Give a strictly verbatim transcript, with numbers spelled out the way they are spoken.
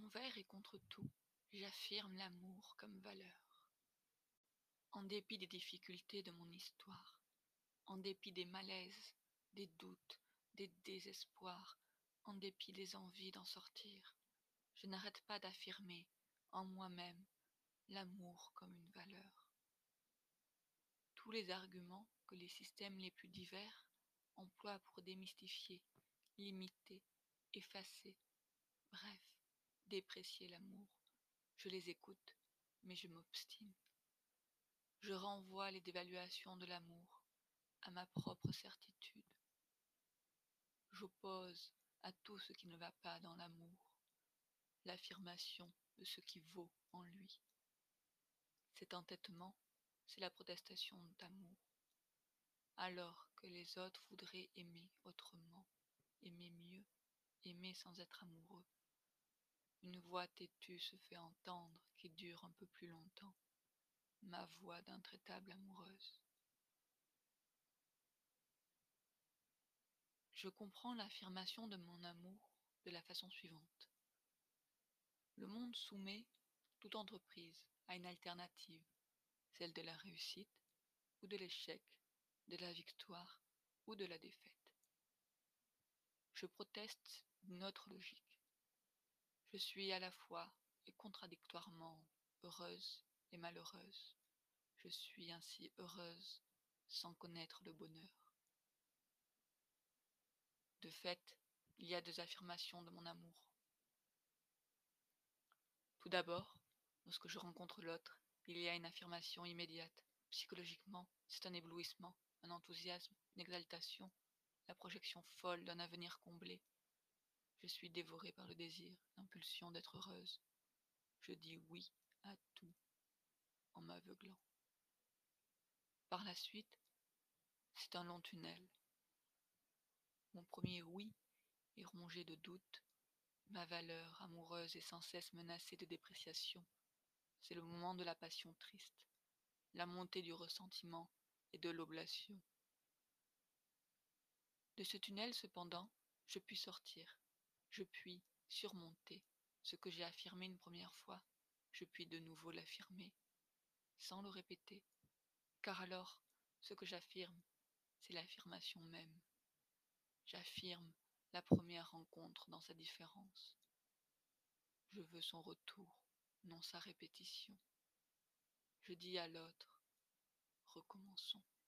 Envers et contre tout, j'affirme l'amour comme valeur. En dépit des difficultés de mon histoire, en dépit des malaises, des doutes, des désespoirs, en dépit des envies d'en sortir, je n'arrête pas d'affirmer, en moi-même, l'amour comme une valeur. Tous les arguments que les systèmes les plus divers emploient pour démystifier, limiter, effacer, bref, déprécier l'amour, je les écoute, mais je m'obstine. Je renvoie les dévaluations de l'amour à ma propre certitude. J'oppose à tout ce qui ne va pas dans l'amour l'affirmation de ce qui vaut en lui. Cet entêtement, c'est la protestation d'amour. Alors que les autres voudraient aimer autrement, aimer mieux, aimer sans être amoureux, une voix têtue se fait entendre qui dure un peu plus longtemps, ma voix d'intraitable amoureuse. Je comprends l'affirmation de mon amour de la façon suivante. Le monde soumet toute entreprise à une alternative, celle de la réussite ou de l'échec, de la victoire ou de la défaite. Je proteste d'une autre logique. Je suis à la fois et contradictoirement heureuse et malheureuse. Je suis ainsi heureuse sans connaître le bonheur. De fait, il y a deux affirmations de mon amour. Tout d'abord, lorsque je rencontre l'autre, il y a une affirmation immédiate. Psychologiquement, c'est un éblouissement, un enthousiasme, une exaltation, la projection folle d'un avenir comblé. Je suis dévorée par le désir, l'impulsion d'être heureuse. Je dis oui à tout en m'aveuglant. Par la suite, c'est un long tunnel. Mon premier oui est rongé de doutes. Ma valeur amoureuse est sans cesse menacée de dépréciation. C'est le moment de la passion triste, la montée du ressentiment et de l'oblation. De ce tunnel, cependant, je puis sortir, je puis surmonter ce que j'ai affirmé une première fois, je puis de nouveau l'affirmer, sans le répéter, car alors, ce que j'affirme, c'est l'affirmation même. J'affirme la première rencontre dans sa différence. Je veux son retour, non sa répétition. Je dis à l'autre, recommençons.